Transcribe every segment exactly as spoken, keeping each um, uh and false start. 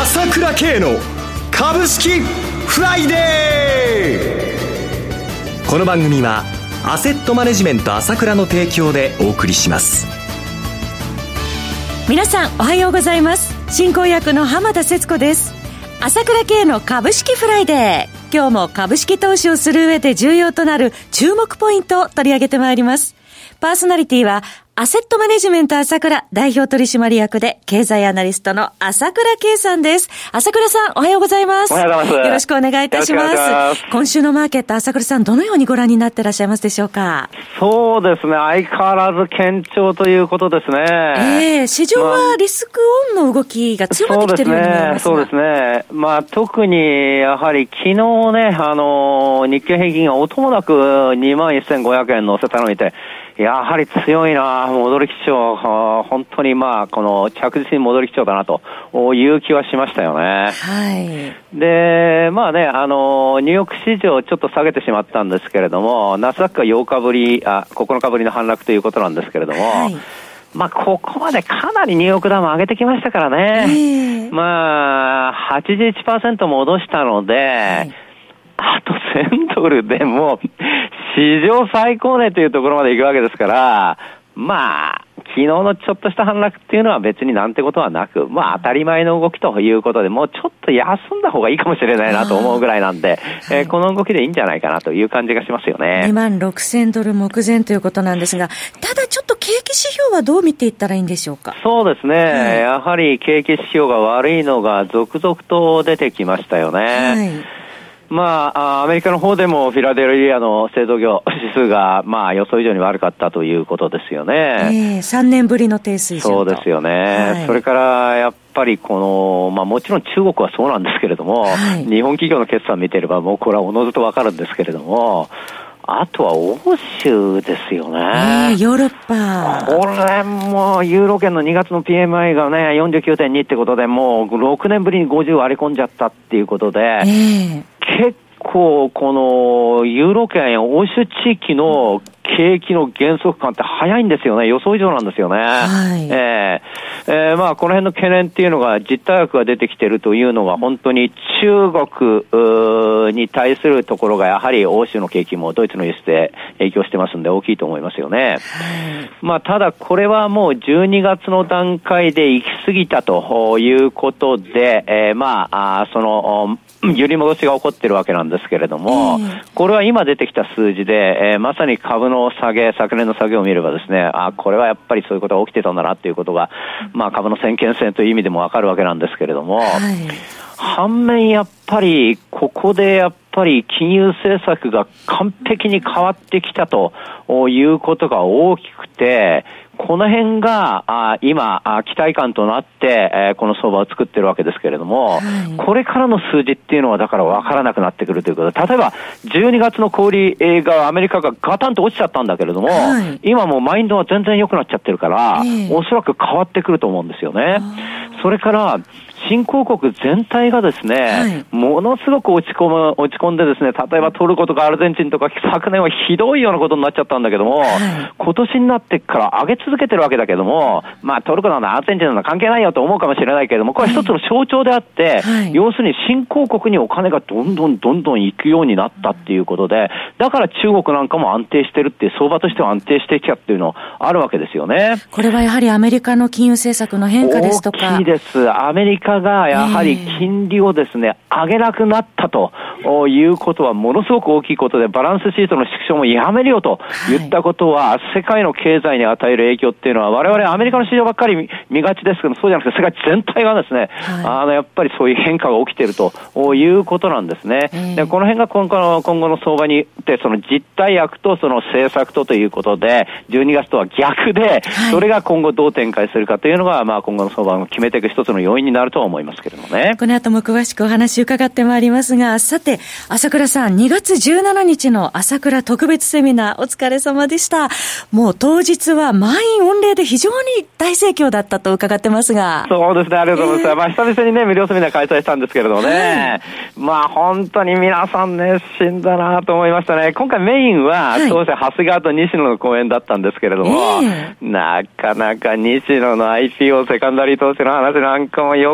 朝倉慶の株式フライデー。この番組はアセットマネジメント朝倉の提供でお送りします。 皆さんおはようございます。進行役の浜田節子です。朝倉慶の株式フライデー、今日も株式投資をする上で重要となる注目ポイントを取り上げてまいります。パーソナリティはアセットマネジメント朝倉代表取締役で経済アナリストの朝倉慶さんです。朝倉さんおはようございます。 おはようございます。 よろしくお願いいたします。ます今週のマーケット、朝倉さんどのようにご覧になっていらっしゃいますでしょうか。 そうですね、相変わらず堅調ということですね。 えー、市場はリスクオンの動きが強まってきているように見えますが。 そうですね、そうですね。まあ特にやはり昨日ね、あの日経平均が音もなく にまんせんごひゃくえん乗せたのにて、やはり強いな、戻り基調、本当にまあこの着実に戻り基調だなという気はしましたよね。 はい。 で、まあね、あのニューヨーク市場ちょっと下げてしまったんですけれども、ナスダックはようかぶり、あ、ここのかぶりの反落ということなんですけれども、はい、まあここまでかなりニューヨークダウン上げてきましたからね。えー、まあ はちじゅういちパーセント 戻したので、はい、あとせんドルでも史上最高値というところまで行くわけですから、まあ昨日のちょっとした反落っていうのは別になんてことはなく、まあ当たり前の動きということで、もうちょっと休んだ方がいいかもしれないなと思うぐらいなんで、えー、この動きでいいんじゃないかなという感じがしますよね。 にまんろくせんドル目前ということなんですが、ただちょっと景気指標はどう見ていったらいいんでしょうか。 そうですね、はい、やはり景気指標が悪いのが続々と出てきましたよね。はい、まあ、アメリカの方でもフィラデルフィアの製造業指数がまあ予想以上に悪かったということですよね。 えー、さんねんぶりの低水準と。 そうですよね。はい、それからやっぱりこの、まあもちろん中国はそうなんですけれども、はい、日本企業の決算見てればもうこれはおのずとわかるんですけれども、あとは欧州ですよね。 えー、ヨーロッパ。 これもユーロ圏のにがつの ピーエムアイ がね よんじゅうきゅうてんに ってことで、もうろくねんぶりにごじゅう割り込んじゃったっていうことで、えー、結構このユーロ圏欧州地域の景気の減速感って早いんですよね。予想以上なんですよね。はい、えーえー、まあこの辺の懸念っていうのが実体額が出てきているというのが、本当に中国に対するところがやはり欧州の景気もドイツの輸出で影響してますんで大きいと思いますよね。はい、まあただこれはもうじゅうにがつの段階で行き過ぎたということで、えー、まあその揺り戻しが起こっているわけなんですけれども、えー、これは今出てきた数字で、えー、まさに株の下げ、昨年の下げを見ればですね、あ、これはやっぱりそういうことが起きてたんだなっていうことが、まあ株の先見性という意味でもわかるわけなんですけれども、はい、反面やっぱりここでやっぱり金融政策が完璧に変わってきたということが大きくて、この辺があ今あ期待感となって、えー、この相場を作ってるわけですけれども、はい、これからの数字っていうのはだから分からなくなってくるということで、例えばじゅうにがつの小売がアメリカがガタンと落ちちゃったんだけれども、はい、今もうマインドは全然良くなっちゃってるから、えー、おそらく変わってくると思うんですよね。それから新興国全体がですね、はい、ものすごく落ち込む、落ち込んでですね、例えばトルコとかアルゼンチンとか昨年はひどいようなことになっちゃったんだけども、はい、今年になってから上げ続けてるわけだけども、まあトルコなのアルゼンチンなの関係ないよと思うかもしれないけれども、これは一つの象徴であって、はい、要するに新興国にお金がどんどんどんどん行くようになったっていうことで、だから中国なんかも安定してるっていう、相場としては安定してきたっていうのあるわけですよね。 これはやはりアメリカの金融政策の変化ですとか。 大きいです。アメリカがやはり金利をですね、上げなくなったということはものすごく大きいことで、バランスシートの縮小もやめるよと言ったことは、世界の経済に与える影響っていうのは、我々アメリカの市場ばっかり見がちですけど、そうじゃなくて世界全体がですね、はい、あのやっぱりそういう変化が起きているということなんですね。でこの辺が今後の今後の相場にってその実体薬とその政策とということで、じゅうにがつとは逆で、それが今後どう展開するかというのが、まあ今後の相場を決めていく一つの要因になるとは思いますけれどもね。 この後も詳しくお話伺ってまいりますが、さて朝倉さん、にがつじゅうしちにちの朝倉特別セミナーお疲れ様でした。もう当日は満員御礼で非常に大盛況だったと伺ってますが。 そうですね、ありがとうございます。えー、まあ久々にね無料セミナー開催したんですけれどもね、はい、まあ本当に皆さん熱心だなと思いましたね。今回メインは、はい、当社長谷川と西野の講演だったんですけれども、えー、なかなか西野の アイピーオー セカンダリー投資の話なんかも良かった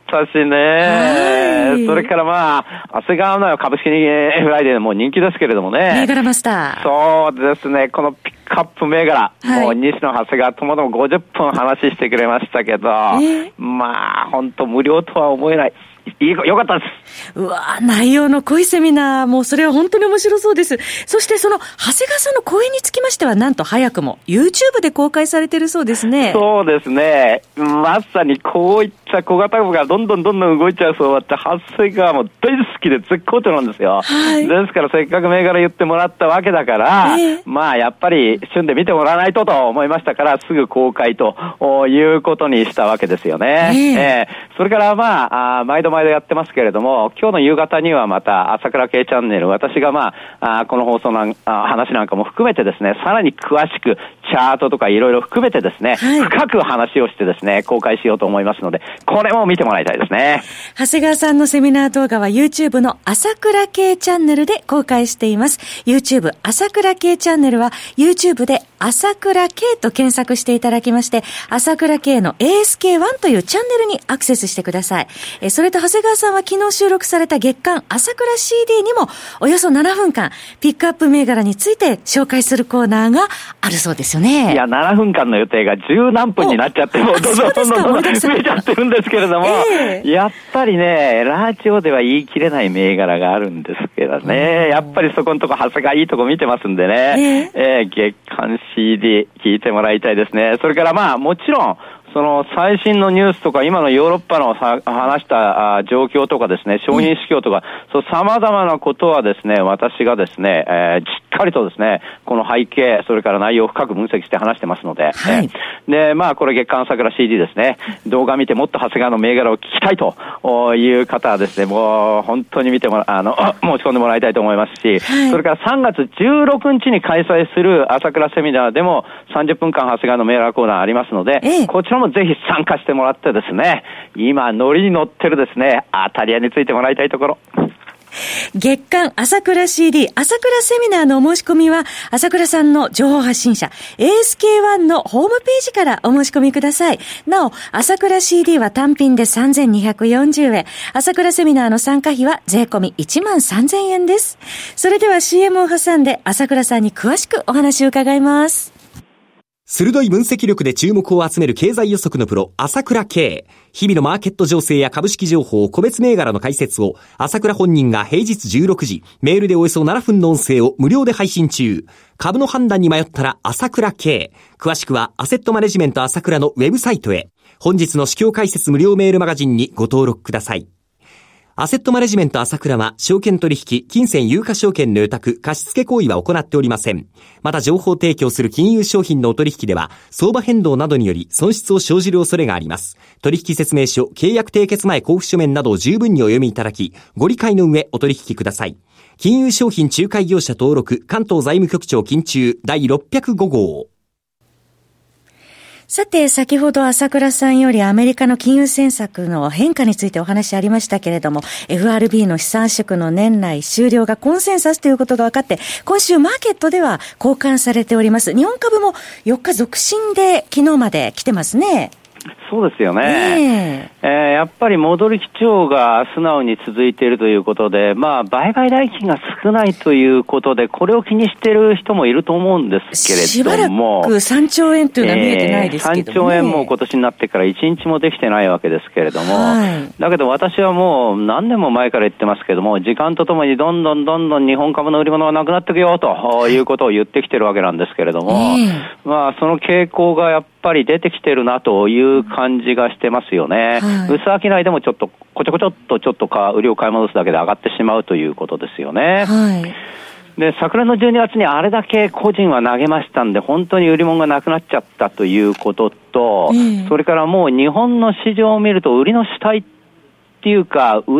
ったしね。それからまあ、長谷川の株式フライデーも人気ですけれどもね。 銘柄マスター。 そうですね。このピックアップ銘柄。はい、もう西野長谷川ともどもごじゅっぷん話してくれましたけど、えー、まあ、本当無料とは思えない。いい、よかったです。 うわぁ、内容の濃いセミナー、もうそれは本当に面白そうです。そしてその、長谷川さんの講演につきましては、なんと早くも YouTube で公開されているそうですね。 そうですね。まさにこういった小型株がどんどんどんどん動いちゃうそうだって、長谷川も大好きで絶好調なんですよ。はい。ですからせっかく銘柄言ってもらったわけだから、えー、まあやっぱり旬で見てもらわないとと思いましたから、すぐ公開ということにしたわけですよね。えーえー、それからまあ、あ毎度毎度やってますけれども、今日の夕方にはまた朝倉系チャンネル、私がまあ、あこの放送なんあ話なんかも含めてですね、さらに詳しくチャートとかいろいろ含めてですね、はい、深く話をしてですね、公開しようと思いますので、これも見てもらいたいですね。 長谷川さんのセミナー動画は YouTube の朝倉系チャンネルで公開しています。YouTube 朝倉系チャンネルは YouTube で朝倉系と検索していただきまして、朝倉系の エーエスケーワン というチャンネルにアクセスしてください。えそれと長谷川さんは昨日収録された月間朝倉 シーディー にもおよそななふんかんピックアップ銘柄について紹介するコーナーがあるそうですよね。 いや、ななふんかんの予定が十何分になっちゃって、もうどんどんどんどんどん増えちゃってるんですけれども、えー、やっぱりね、ラジオでは言い切れない銘柄があるんですけどね、やっぱりそこのとこ長谷川いいとこ見てますんでね、えーえー、月間 シーディー 聞いてもらいたいですね。それからまあもちろんその最新のニュースとか今のヨーロッパの話した状況とかですね、商品指標とか、そう様々なことはですね、私がですね、えー、しっかりとですね、この背景、それから内容を深く分析して話してますので、はい、で、まあこれ月間朝倉 シーディー ですね、動画見てもっと長谷川の銘柄を聞きたいという方はですね、もう本当に見てもら、あの、申し込んでもらいたいと思いますし、はい、それからさんがつじゅうろくにちに開催する朝倉セミナーでもさんじゅっぷんかん長谷川の銘柄コーナーありますので、ええ、こちらもぜひ参加してもらってですね、今ノリに乗ってるですね、当たり屋についてもらいたいところ。 月間朝倉 シーディー 朝倉セミナーのお申し込みは朝倉さんの情報発信者 エーエスケーワン のホームページからお申し込みください。なお朝倉 シーディー は単品でさんぜんにひゃくよんじゅうえん、朝倉セミナーの参加費は税込みいちまんさんぜんえんです。それでは シーエム を挟んで朝倉さんに詳しくお話を伺います。 鋭い分析力で注目を集める経済予測のプロ、朝倉慶。日々のマーケット情勢や株式情報、個別銘柄の解説を、朝倉本人が平日じゅうろくじ、メールでおよそななふんの音声を無料で配信中。株の判断に迷ったら朝倉慶。詳しくは、アセットマネジメント朝倉のウェブサイトへ。本日の指標解説無料メールマガジンにご登録ください。アセットマネジメント朝倉は、証券取引、金銭有価証券の予託、貸付行為は行っておりません。また情報提供する金融商品のお取引では、相場変動などにより損失を生じる恐れがあります。取引説明書、契約締結前交付書面などを十分にお読みいただき、ご理解の上お取引ください。金融商品仲介業者登録、関東財務局長金中第ろっぴゃくご号。 さて、先ほど朝倉さんよりアメリカの金融政策の変化についてお話ありましたけれども、エフアールビー の資産縮の年内終了がコンセンサスということが分かって、今週マーケットでは交換されております。日本株もよっか続伸で昨日まで来てますね。 そうですよね、えーえー、やっぱり戻り基調が素直に続いているということで、まあ、売買代金が少ないということで、これを気にしている人もいると思うんですけれども、 しばらくさんちょうえんというのは見えてないですけどね、えー、 さんちょうえんも今年になってからいちにちもできてないわけですけれども、はい、だけど私はもう何年も前から言ってますけども、時間とともにどんどんどんどん日本株の売り物がなくなっていくよということを言ってきてるわけなんですけれども、えー、まあ、その傾向がやっぱり出てきてるなという感じがしてますよね、はい、薄商いでもちょっとこちょこちょっとちょっとか売りを買い戻すだけで上がってしまうということですよね、はい、で昨年のじゅうにがつにあれだけ個人は投げましたんで、本当に売り物がなくなっちゃったということと、えー、それからもう日本の市場を見ると売りの主体っていうか売っ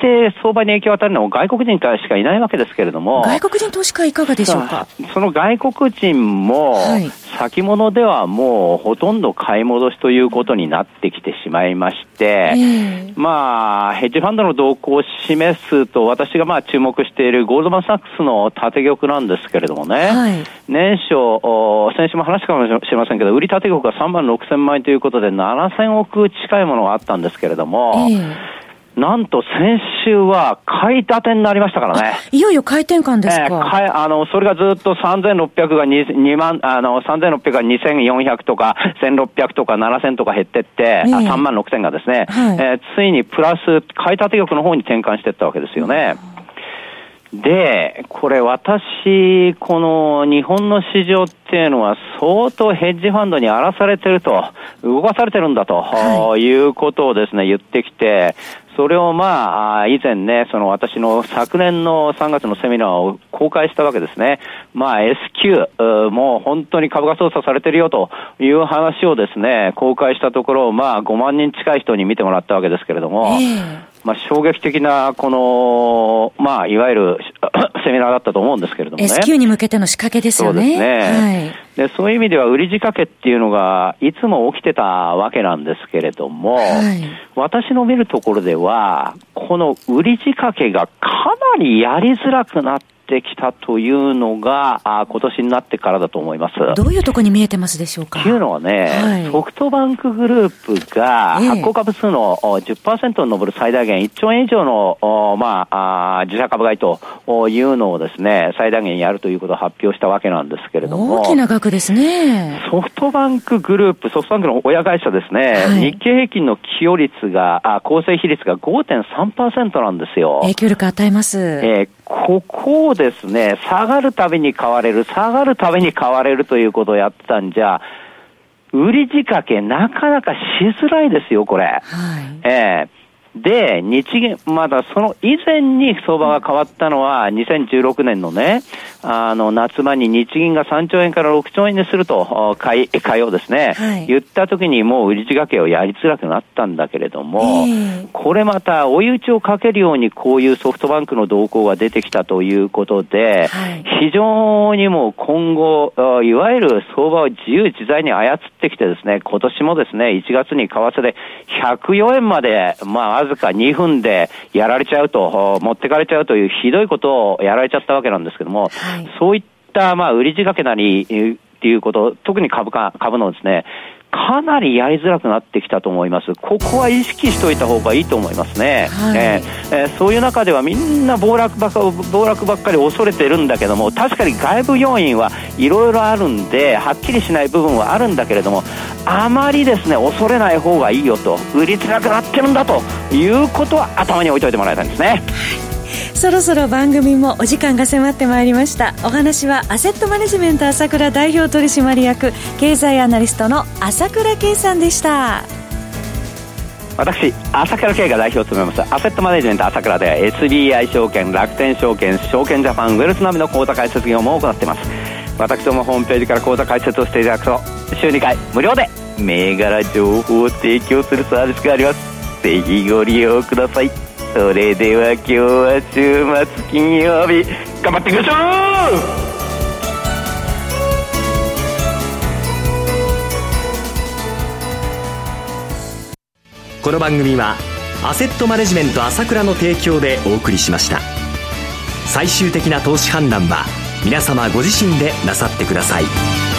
抵相場に影響を与えるのは外国人からしかいないわけですけれども、 外国人投資家いかがでしょうか。 その外国人も、先物ではもうほとんど買い戻しということになってきてしまいまして、えー、まあ、ヘッジファンドの動向を示すと、私がまあ注目しているゴールドマンサックスの縦玉なんですけれどもね、はい、年初、先週も話したかもしれませんけど、売り縦玉がさんまんろくせんまんということでななせんおく近いものがあったんですけれども、えーなんと先週は買い立てになりましたからね。 いよいよ買い転換ですか。えー、 買い、あの、それがずっとさんぜんろっぴゃくがにまん、あの、さんぜんろっぴゃくがにせんよんひゃくとか、せんろっぴゃくとかななせんとか減ってって、えー、あさんまんろくせんがですね、はい、えー、ついにプラス、買い立て玉の方に転換していったわけですよね。で、これ私、この日本の市場っていうのは相当ヘッジファンドに荒らされてると、動かされてるんだと、はい、いうことをですね、言ってきて、それをまあ、以前ね、その私の昨年のさんがつのセミナーを公開したわけですね。まあ エスキュー、もう本当に株が操作されてるよという話をですね、公開したところ、まあごまんにん近い人に見てもらったわけですけれども、えー、まあ衝撃的な、この、まあいわゆるセミナーだったと思うんですけれどもね。 エスキュー に向けての仕掛けですよね。 そうですね。はい、でそういう意味では売り仕掛けっていうのがいつも起きてたわけなんですけれども、はい、私の見るところではこの売り仕掛けがかなりやりづらくなってきたというのがあ今年になってからだと思います。 どういうところに見えてますでしょうか。 というのはね、はい、ソフトバンクグループが発行株数の じゅっパーセント に上る最大限いっちょうえん以上の、まあ、あ自社株買いというのをですね、最大限やるということを発表したわけなんですけれども、 大きな額ですね。 ソフトバンクグループ、ソフトバンクの親会社ですね、はい、日経平均の寄与率が、あ構成比率が ごてんさんパーセント なんですよ。 影響力与えます。 えー、ここをですね、下がるたびに買われる、下がるたびに買われるということをやってたんじゃ、売り仕掛けなかなかしづらいですよ、これ。はい、えーで、日銀、まだその以前に相場が変わったのはにせんじゅうろくねんのね、あの夏場に日銀がさんちょうえんからろくちょうえんにすると買い、買いをですね、はい、言った時にもう売り仕掛けをやりづらくなったんだけれども、えー、これまた追い打ちをかけるようにこういうソフトバンクの動向が出てきたということで、はい、非常にもう今後、いわゆる相場を自由自在に操ってきてですね、今年もですね、いちがつに為替でひゃくよえんまで、まあわずかにふんでやられちゃうと、持ってかれちゃうというひどいことをやられちゃったわけなんですけども、はい、そういったまあ売り仕掛けなりっていうこと、特に株価、株のですね、かなりやりづらくなってきたと思います。ここは意識しておいた方がいいと思いますね。はい、えーえー、そういう中ではみんな暴落ばっか暴落ばっかり恐れてるんだけども、確かに外部要因はいろいろあるんではっきりしない部分はあるんだけれども、あまりですね恐れない方がいいよと、売りづらくなってるんだということは頭に置いておいてもらいたいんですね。 そろそろ番組もお時間が迫ってまいりました。お話はアセットマネジメント朝倉代表取締役経済アナリストの朝倉圭さんでした。 私朝倉圭が代表を務めますアセットマネジメント朝倉では エスビーアイ 証券、楽天証券、証券ジャパン、ウェルスナビの口座開設業務を行っています。私どもホームページから口座開設をしていただくと週にかい無料で銘柄情報を提供するサービスがあります。ぜひご利用ください。それでは今日は週末金曜日頑張っていきましょう。 この番組はアセットマネジメント朝倉の提供でお送りしました。最終的な投資判断は皆様ご自身でなさってください。